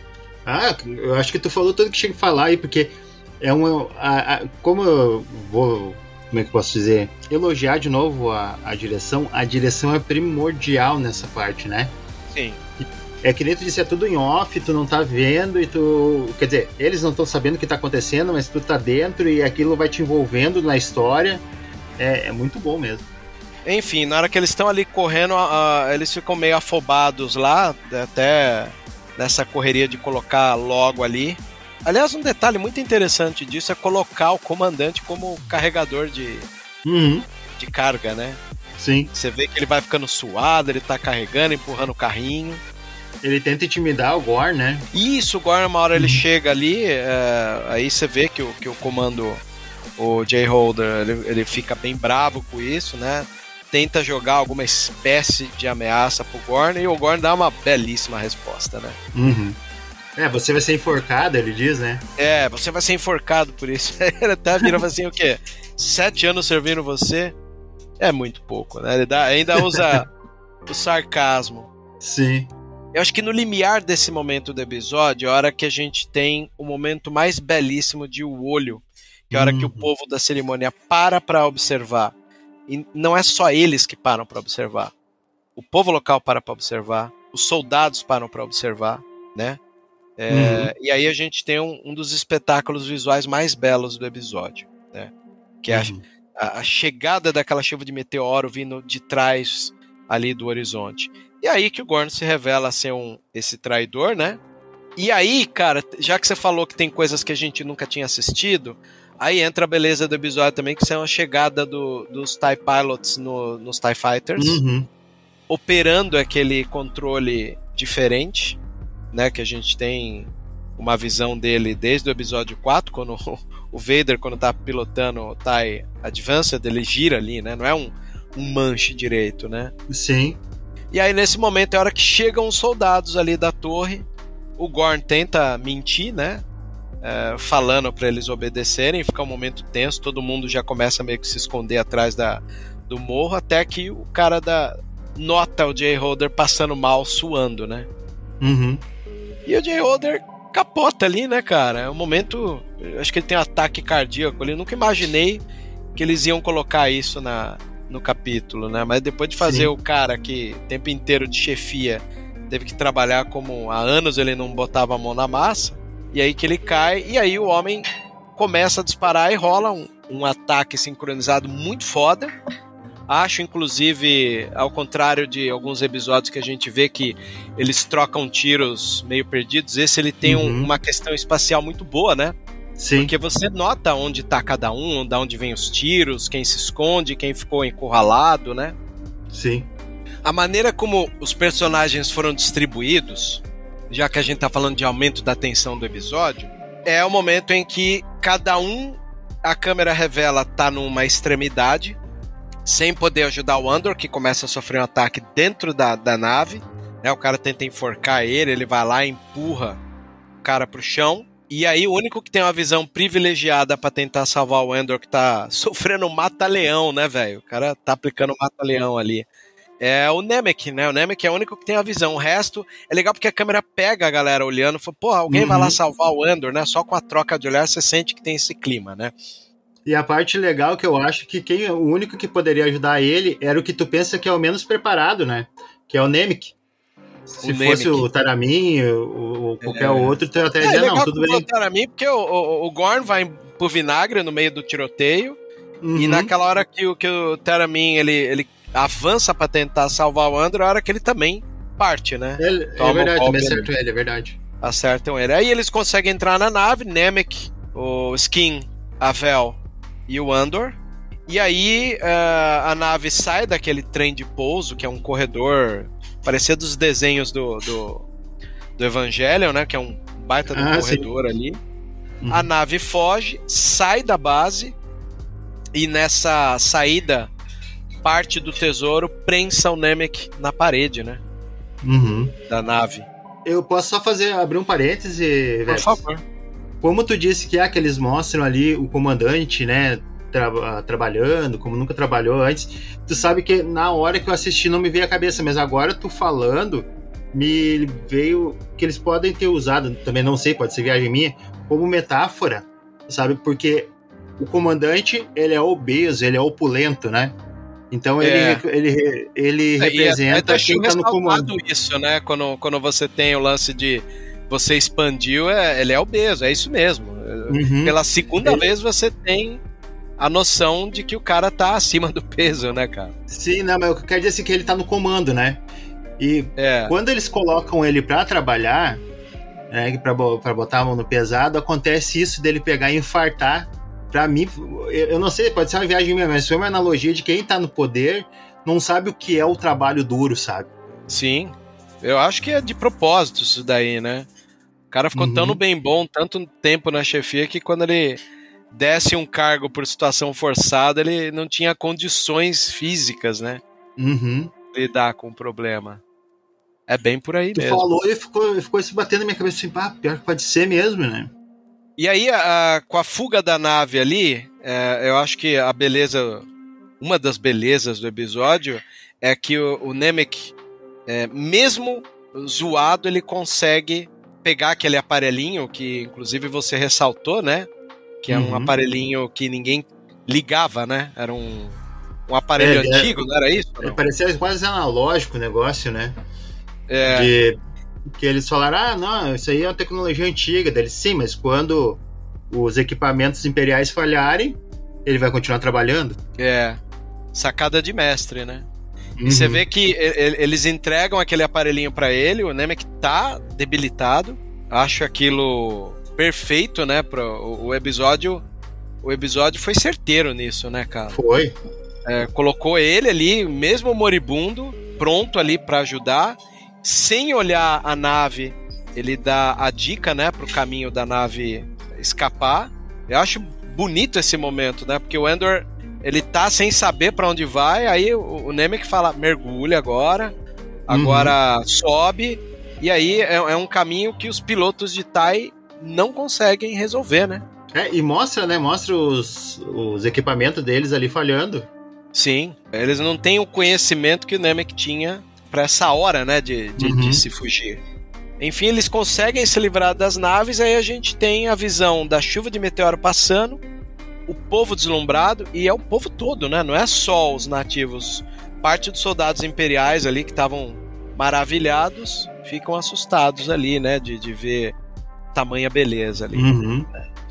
Ah, eu acho que tu falou tudo que tinha que falar aí, porque é uma. A, a, como eu vou. Como é que eu posso dizer? Elogiar de novo a, a direção. A direção é primordial nessa parte, né? Sim. É que nem tu disse, é tudo em off, tu não tá vendo e tu. Quer dizer, eles não estão sabendo o que tá acontecendo, mas tu tá dentro e aquilo vai te envolvendo na história. É, é muito bom mesmo. Enfim, na hora que eles estão ali correndo, uh, eles ficam meio afobados lá, até nessa correria de colocar logo ali. Aliás, um detalhe muito interessante disso é colocar o comandante como carregador de, Uhum. de carga, né? Sim. Você vê que ele vai ficando suado, ele tá carregando, empurrando o carrinho. Ele tenta intimidar o Gorn, né? Isso, o Gorn, uma hora ele chega ali, é, aí você vê que o, que o comando, o Jay Holder, ele, ele fica bem bravo com isso, né? Tenta jogar alguma espécie de ameaça pro Gorn e o Gorn dá uma belíssima resposta, né? Uhum. É, você vai ser enforcado, ele diz, né? É, você vai ser enforcado por isso. Ele até vira e fala assim, o quê? Sete anos servindo você? É muito pouco, né? Ele dá, ainda usa o sarcasmo. Sim. Eu acho que no limiar desse momento do episódio, é a hora que a gente tem o momento mais belíssimo de o olho, Que a hora Uhum. que o povo da cerimônia para para observar, e não é só eles que param para observar, o povo local para para observar, os soldados param para observar, né? É, Uhum. E aí a gente tem um, um dos espetáculos visuais mais belos do episódio, né? Que é a, Uhum. a, a chegada daquela chuva de meteoro vindo de trás ali do horizonte. E aí que o Gorn se revela ser um, esse traidor, né? E aí, cara, já que você falou que tem coisas que a gente nunca tinha assistido, aí entra a beleza do episódio também, que são a chegada do, dos TIE Pilots no, nos TIE Fighters, Uhum. operando aquele controle diferente, né, que a gente tem uma visão dele desde o episódio quatro, quando o Vader, quando tá pilotando o TIE Advanced, ele gira ali, né, não é um, um manche direito, né. Sim. E aí nesse momento é a hora que chegam os soldados ali da torre, o Gorn tenta mentir, né, é, falando para eles obedecerem, fica um momento tenso, todo mundo já começa meio que se esconder atrás da, do morro, até que o cara da, nota o Jay Holder passando mal, suando, né. Uhum. E o Jay Holder capota ali, né, cara? É um momento, acho que ele tem um ataque cardíaco ali, eu nunca imaginei que eles iam colocar isso na, no capítulo, né, mas depois de fazer Sim. o cara que o tempo inteiro de chefia teve que trabalhar como há anos ele não botava a mão na massa, e aí que ele cai, e aí o homem começa a disparar e rola um, um ataque sincronizado muito foda. Acho, inclusive, ao contrário de alguns episódios que a gente vê que eles trocam tiros meio perdidos, esse ele tem um, Uhum. uma questão espacial muito boa, né? Sim. Porque você nota onde tá cada um, de onde vem os tiros, quem se esconde, quem ficou encurralado, né? Sim. A maneira como os personagens foram distribuídos, já que a gente tá falando de aumento da tensão do episódio, é o momento em que cada um, a câmera revela, tá numa extremidade, sem poder ajudar o Andor, que começa a sofrer um ataque dentro da, da nave, né? O cara tenta enforcar ele, ele vai lá e empurra o cara pro chão, e aí o único que tem uma visão privilegiada pra tentar salvar o Andor, que tá sofrendo um mata-leão, né, velho? O cara tá aplicando um mata-leão ali. É o Nemec, né? O Nemec é o único que tem a visão. O resto é legal porque a câmera pega a galera olhando e fala, pô, alguém Uhum. vai lá salvar o Andor, né? Só com a troca de olhar você sente que tem esse clima, né? E a parte legal que eu acho que quem, o único que poderia ajudar ele era o que tu pensa que é o menos preparado, né? Que é o Nemec. Se O fosse Nemec. o Taramin ou, ou qualquer É. outro, tu até É, dizia, legal não, tudo que bem. botaram a mim, porque o, o, o Gorn vai pro vinagre no meio do tiroteio, Uhum. e naquela hora que, o- que o Taramin, ele, ele avança pra tentar salvar o Andor, é a hora que ele também parte, né? Ele- Toma é verdade, o golpe também ali. acertou ele, é verdade. Acertam ele. Aí eles conseguem entrar na nave, Nemec, o Skin, a Vel e o Andor. E aí uh, a nave sai daquele trem de pouso, que é um corredor parecia dos desenhos do, do, do Evangelion, né? Que é um baita de um Ah, corredor ali. Uhum. A nave foge, sai da base e nessa saída parte do tesouro prensa o Nemec na parede, né? Uhum. Da nave. Eu posso só fazer, abrir um parêntese, Por Vex? favor. Como tu disse que é que eles mostram ali o comandante, né, tra- trabalhando, como nunca trabalhou antes, tu sabe que na hora que eu assisti não me veio a cabeça, mas agora tu falando, me veio que eles podem ter usado, também não sei, pode ser viagem minha, como metáfora, sabe, porque o comandante, ele é obeso, ele é opulento, né, então É. ele, ele, ele É, e representa até deixa quem tá no comando. ressaltado isso, né? Quando, quando você tem o lance de você expandiu, é, ele é obeso, é isso mesmo. Uhum. Pela segunda Ele- vez você tem a noção de que o cara tá acima do peso, né, cara? Sim, não, mas eu quero dizer assim que ele tá no comando, né? E É. quando eles colocam ele pra trabalhar, né, pra, bo- pra botar a mão no pesado, acontece isso dele pegar e infartar. Pra mim, eu, eu não sei, pode ser uma viagem minha, mas foi uma analogia de quem tá no poder não sabe o que é o trabalho duro, sabe? Sim. Eu acho que é de propósito isso daí, né? O cara ficou Uhum. tão no bem bom, tanto tempo na chefia, que quando ele desce um cargo por situação forçada, ele não tinha condições físicas, né? Uhum. de lidar com o problema. É bem por aí Tu mesmo. falou e ficou, ficou se batendo na minha cabeça assim, pá, pior que pode ser mesmo, né? E aí, a- a- com a fuga da nave ali, é, eu acho que a beleza, uma das belezas do episódio é que o, o Nemec, é, mesmo zoado, ele consegue pegar aquele aparelhinho que, inclusive, você ressaltou, né? que é um Uhum. aparelhinho que ninguém ligava, né? Era um, um aparelho É, antigo, não era isso? É, Não? parecia quase analógico o negócio, né? É, De, que eles falaram, ah, não, isso aí é uma tecnologia antiga. Deles, sim, mas quando os equipamentos imperiais falharem, ele vai continuar trabalhando. é, sacada de mestre, né? Uhum. E você vê que e- e- eles entregam aquele aparelhinho pra ele, o Nemec tá debilitado. Acho aquilo perfeito, né? Pro, o, o episódio. O episódio foi certeiro nisso, né, cara? Foi. É, colocou ele ali, mesmo moribundo, pronto ali pra ajudar, sem olhar a nave. Ele dá a dica, né, pro caminho da nave escapar. Eu acho bonito esse momento, né? Porque o Endor, ele tá sem saber pra onde vai, aí o, o Nemec fala, mergulha agora, agora uhum. sobe, e aí é, é um caminho que os pilotos de T I E não conseguem resolver, né? É, e mostra, né? Mostra os, os equipamentos deles ali falhando. Sim, eles não têm o conhecimento que o Nemec tinha pra essa hora, né, de, de, Uhum. de se fugir. Enfim, eles conseguem se livrar das naves, aí a gente tem a visão da chuva de meteoro passando, o povo deslumbrado, e é o povo todo, né? Não é só os nativos. Parte dos soldados imperiais ali que estavam maravilhados, ficam assustados ali, né? De, de ver tamanha beleza ali. Uhum.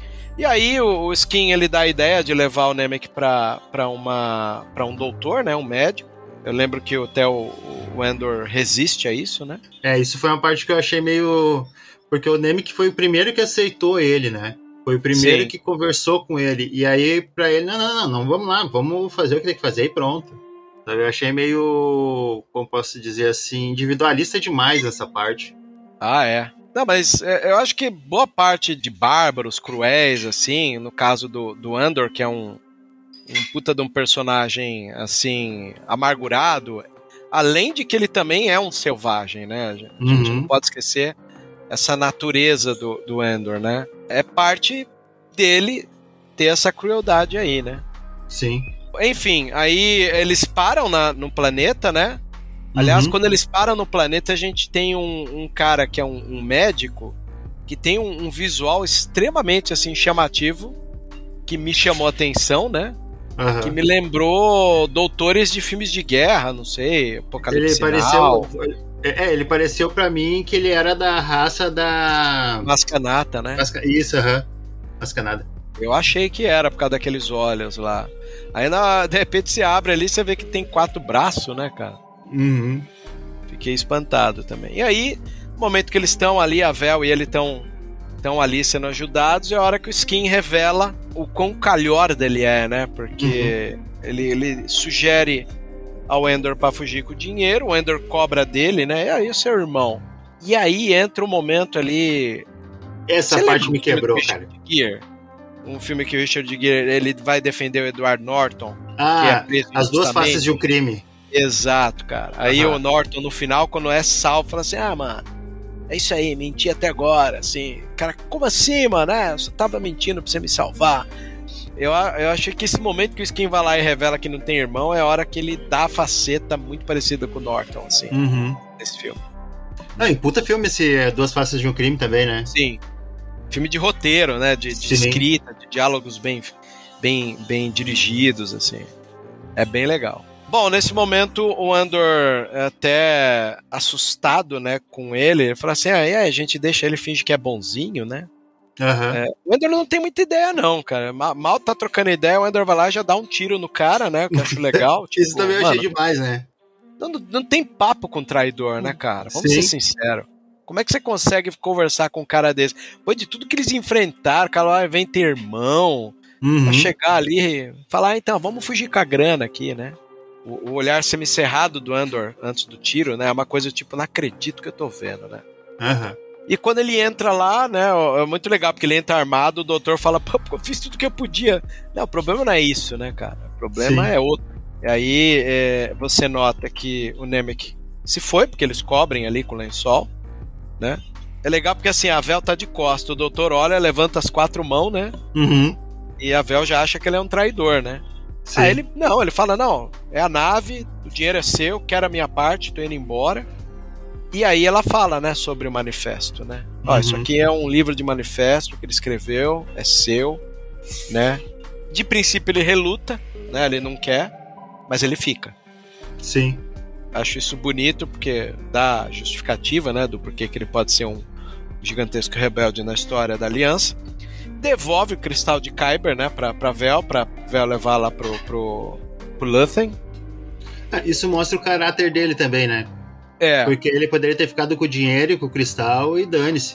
E aí o, o Skin, ele dá a ideia de levar o Nemec pra, pra, uma, pra um doutor, né? Um médico. Eu lembro que até o, o Endor resiste a isso, né? É, isso foi uma parte que eu achei meio... Porque o Nemec foi o primeiro que aceitou ele, né? Foi o primeiro Sim. que conversou com ele. E aí, pra ele, não, não, não, não, vamos lá, vamos fazer o que tem que fazer e pronto. Eu achei meio, como posso dizer assim, individualista demais essa parte. Ah, é. Não, mas é, eu acho que boa parte de bárbaros, cruéis, assim, no caso do, do Andor, que é um, um puta de um personagem, assim, amargurado, além de que ele também é um selvagem, né? A gente Uhum. não pode esquecer essa natureza do, do Andor, né? É parte dele ter essa crueldade aí, né? Sim. Enfim, aí eles param na, no planeta, né? Aliás, Uhum. quando eles param no planeta, a gente tem um, um cara que é um, um médico que tem um, um visual extremamente assim chamativo, que me chamou a atenção, né? Uhum. Que me lembrou doutores de filmes de guerra, não sei, Apocalipse Ele Now, pareceu... É, ele pareceu pra mim que ele era da raça da... Mascanata, né? Masca... Isso, aham. Uhum. Mascanada. Eu achei que era por causa daqueles olhos lá. Aí, na, de repente, você abre ali, você vê que tem quatro braços, né, cara? Uhum. Fiquei espantado também. E aí, no momento que eles estão ali, a Vel e ele estão estão ali sendo ajudados, é a hora que o Skin revela o quão calhorda ele é, né? Porque uhum. ele, ele sugere ao Endor para fugir com o dinheiro, o Endor cobra dele, né? E aí o seu irmão. E aí entra o um momento ali... Essa Você parte me quebrou, cara. Gere? Um filme que o Richard Gere, ele vai defender o Edward Norton. Ah, que é As Duas Faces de um Crime. Exato, cara. Aí uhum. o Norton, no final, quando é salvo, fala assim, ah, mano, é isso aí, menti até agora, assim. Cara, como assim, mano? É, eu só tava mentindo pra você me salvar. Eu, eu achei que esse momento que o Skin vai lá e revela que não tem irmão é a hora que ele dá a faceta muito parecida com o Norton, assim, uhum. nesse filme. Não, e puta filme esse Duas Faces de um Crime também, né? Sim. Filme de roteiro, né? De, de escrita, de diálogos bem, bem, bem dirigidos, assim. É bem legal. Bom, nesse momento o Andor é até assustado, né, com ele, ele fala assim, ah, e aí, a gente deixa ele finge que é bonzinho, né? Uhum. É, o Andor não tem muita ideia não, cara, mal, mal tá trocando ideia, o Andor vai lá e já dá um tiro no cara, né, que eu acho legal. Tipo, isso também eu achei mano, demais, né? Não, não tem papo com traidor, né, cara? Vamos Sim. ser sinceros. Como é que você consegue conversar com um cara desse? Depois de tudo que eles enfrentaram, o cara vem ter irmão, uhum. pra chegar ali e falar, ah, então, vamos fugir com a grana aqui, né? O, o olhar semicerrado do Andor antes do tiro, né? É uma coisa tipo, não acredito que eu tô vendo, né? Uhum. E quando ele entra lá, né? É muito legal, porque ele entra armado, o doutor fala, pô, eu fiz tudo que eu podia. Não, o problema não é isso, né, cara? O problema Sim. é outro. E aí é, você nota que o Nemec se foi, porque eles cobrem ali com o lençol, né? É legal porque assim, a Vel tá de costas, o doutor olha, levanta as quatro mãos, né? Uhum. E a Vel já acha que ele é um traidor, né? Sim. Aí ele, não, ele fala, não, é a nave, o dinheiro é seu, quero a minha parte, tô indo embora. E aí ela fala, né, sobre o manifesto, né? Ó, uhum. isso aqui é um livro de manifesto que ele escreveu, é seu, né? De princípio ele reluta, né? Ele não quer, mas ele fica. Sim. Acho isso bonito porque dá justificativa, né? Do porquê que ele pode ser um gigantesco rebelde na história da Aliança. Devolve o cristal de Kyber, né? Pra, pra Vel, pra Vel levar lá pro, pro, pro Lúthien. Ah, isso mostra o caráter dele também, né? É. Porque ele poderia ter ficado com o dinheiro e com o cristal e dane-se.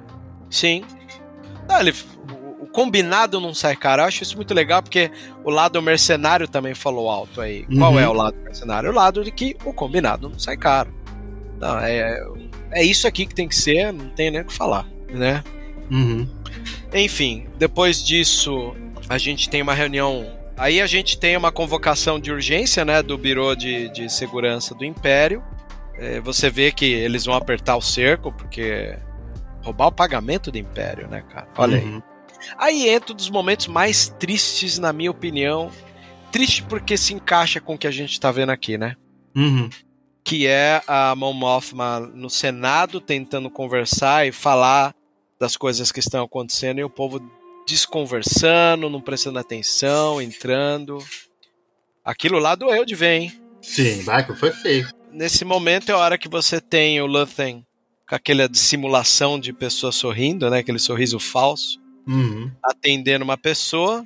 Sim. Ah, ele, o, o combinado não sai caro. Eu acho isso muito legal porque o lado mercenário também falou alto aí. Uhum. Qual é o lado mercenário? O lado de que o combinado não sai caro. Não, é, é isso aqui que tem que ser, não tem nem o que falar, né? Uhum. Enfim, depois disso a gente tem uma reunião. Aí a gente tem uma convocação de urgência, né, do Biro de, de Segurança do Império. É, você vê que eles vão apertar o cerco, porque roubar o pagamento do Império, né, cara? Olha uhum. aí. Aí entra um dos momentos mais tristes, na minha opinião. Triste porque se encaixa com o que a gente tá vendo aqui, né? Uhum. Que é a Mon Mothma no Senado tentando conversar e falar das coisas que estão acontecendo e o povo desconversando, não prestando atenção, entrando. Aquilo lá doeu de ver, hein? Sim, vai, foi feio. Nesse momento é a hora que você tem o Lúthien com aquela dissimulação de pessoa sorrindo, né? Aquele sorriso falso, uhum. atendendo uma pessoa,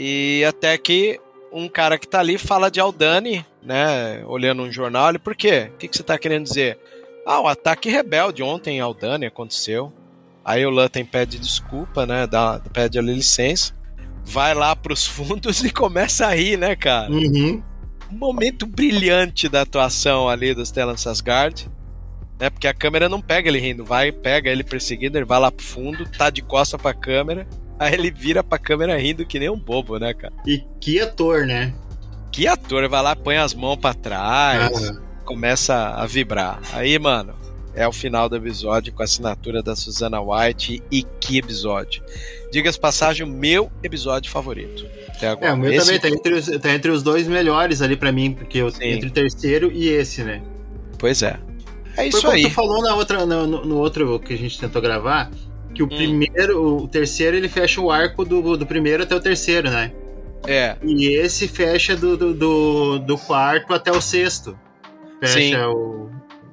e até que um cara que tá ali fala de Aldhani, né? Olhando um jornal, ele, por quê? O que, que você tá querendo dizer? Ah, o ataque rebelde ontem em Aldhani aconteceu. Aí o Lúthien pede desculpa, né? Dá, pede ali licença, vai lá pros fundos e começa a rir, né, cara? Uhum. Um momento brilhante da atuação ali dos Stellan Skarsgård, né? Porque a câmera não pega ele rindo, vai, pega ele perseguindo, ele vai lá pro fundo, tá de costa pra câmera, aí ele vira pra câmera rindo que nem um bobo, né, cara? E que ator, né? Que ator, ele vai lá, põe as mãos pra trás, ah. começa a vibrar. Aí, mano, é o final do episódio com a assinatura da Susanna White, e que episódio. Diga-se passagem, o meu episódio favorito até agora. É, o meu esse... também tá entre, os, tá entre os dois melhores ali pra mim, porque eu, entre o terceiro e esse, né? Pois é. É isso Foi como aí. tu falou na outra, no, no outro que a gente tentou gravar, que o hum. primeiro, o terceiro, ele fecha o arco do, do primeiro até o terceiro, né? É. E esse fecha do, do, do, do quarto até o sexto. Fecha o,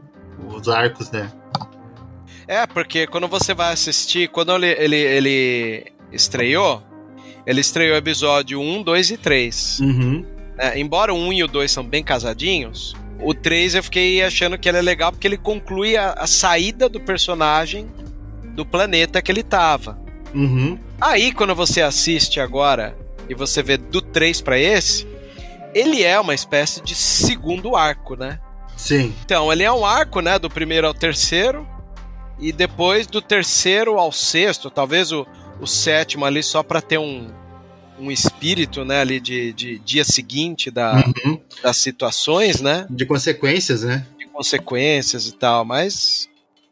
os arcos, né? É, porque quando você vai assistir, quando ele, ele, ele estreou, ele estreou episódio um, dois e três. Uhum. É, embora o um e o dois são bem casadinhos, o três eu fiquei achando que ele é legal porque ele conclui a, a saída do personagem do planeta que ele tava. Uhum. Aí, quando você assiste agora e você vê do três pra esse, ele é uma espécie de segundo arco, né? Sim. Então, ele é um arco, né, do primeiro ao terceiro, e depois do terceiro ao sexto, talvez o, o sétimo ali só pra ter um, um espírito, né, ali de, de dia seguinte da, uhum. das situações, né? De consequências, né? De consequências e tal, mas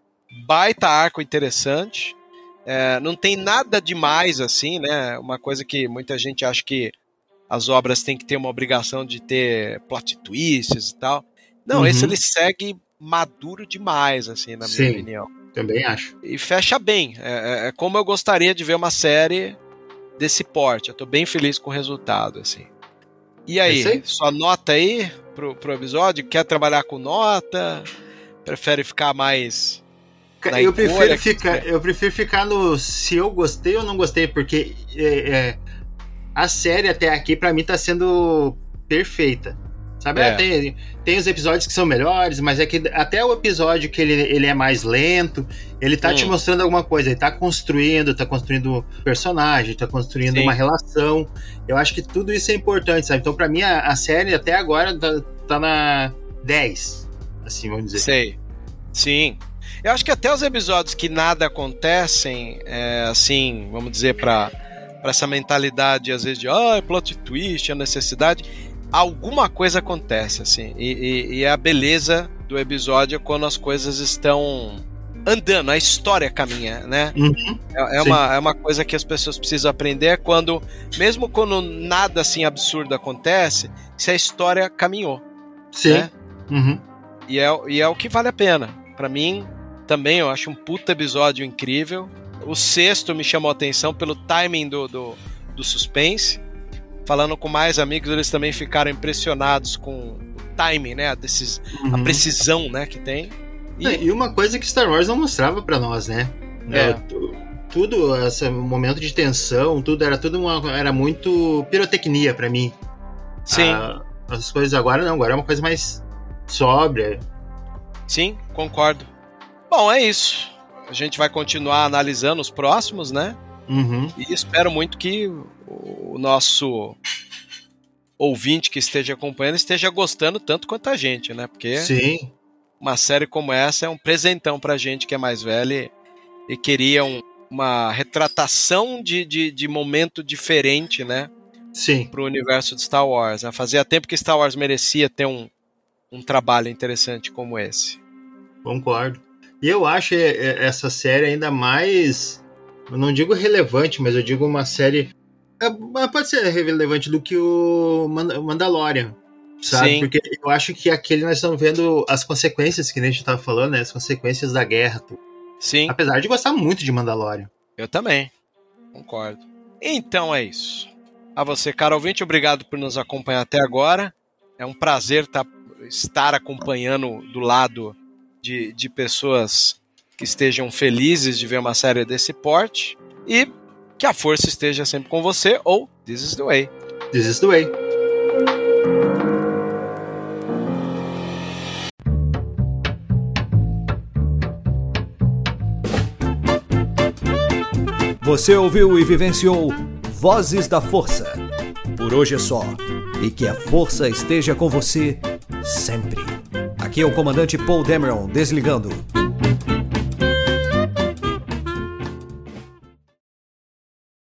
baita arco interessante. É, não tem nada demais assim, né? Uma coisa que muita gente acha que as obras têm que ter uma obrigação de ter plot twists e tal. Não, uhum. esse ele segue maduro demais, assim, na minha Sim, opinião. Também acho. E fecha bem. É, é como eu gostaria de ver uma série desse porte. Eu tô bem feliz com o resultado, assim. E aí, aí? Sua nota aí pro, pro episódio? Quer trabalhar com nota? Prefere ficar mais... Eu prefiro, ficar, eu prefiro ficar no se eu gostei ou não gostei, porque é, é, a série até aqui pra mim tá sendo perfeita. Sabe? É. Tem, tem os episódios que são melhores, mas é que até o episódio que ele, ele é mais lento, ele tá hum. te mostrando alguma coisa, ele tá construindo, tá construindo personagem, tá construindo Sim. uma relação. Eu acho que tudo isso é importante, sabe? Então pra mim a, a série até agora tá, tá na dez, assim, vamos dizer. Sei. Sim. Eu acho que até os episódios que nada acontecem, é, assim, vamos dizer, pra, pra essa mentalidade, às vezes, de ah, plot twist, a necessidade, alguma coisa acontece, assim, e, e, e a beleza do episódio é quando as coisas estão andando, a história caminha, né? Uhum, é, é, uma, é uma coisa que as pessoas precisam aprender, é quando, mesmo quando nada, assim, absurdo acontece, se a história caminhou. Sim. Né? Uhum. E, é, e é o que vale a pena. Pra mim, também eu acho um puta episódio incrível. O sexto me chamou a atenção pelo timing do, do, do suspense. Falando com mais amigos, eles também ficaram impressionados com o timing, né? A, decis... uhum. a precisão, né, que tem. E... É, e uma coisa que Star Wars não mostrava pra nós, né? É. É, tudo, esse momento de tensão, tudo era tudo uma, era muito pirotecnia pra mim. Sim. A, as coisas agora não, agora é uma coisa mais sóbria. Sim, concordo. Bom, é isso. A gente vai continuar analisando os próximos, né? Uhum. E espero muito que o nosso ouvinte que esteja acompanhando esteja gostando tanto quanto a gente, né? Porque Sim. uma série como essa é um presentão pra gente que é mais velha e queria um, uma retratação de, de, de momento diferente, né? Sim. Pro universo de Star Wars. Né? Fazia tempo que Star Wars merecia ter um, um trabalho interessante como esse. Concordo. E eu acho essa série ainda mais, eu não digo relevante, mas eu digo uma série, pode ser relevante do que o Mandalorian, sabe? Sim. Porque eu acho que aquele nós estamos vendo as consequências que a gente estava falando, né? As consequências da guerra. Sim. Apesar de gostar muito de Mandalorian. Eu também. Concordo. Então é isso. A você, caro ouvinte, obrigado por nos acompanhar até agora. É um prazer tá, estar acompanhando do lado de, de pessoas que estejam felizes de ver uma série desse porte. E que a força esteja sempre com você, ou This is the way. This is the way. Você ouviu e vivenciou Vozes da Força. Por hoje é só. E que a força esteja com você sempre. Aqui é o comandante Paul Dameron desligando.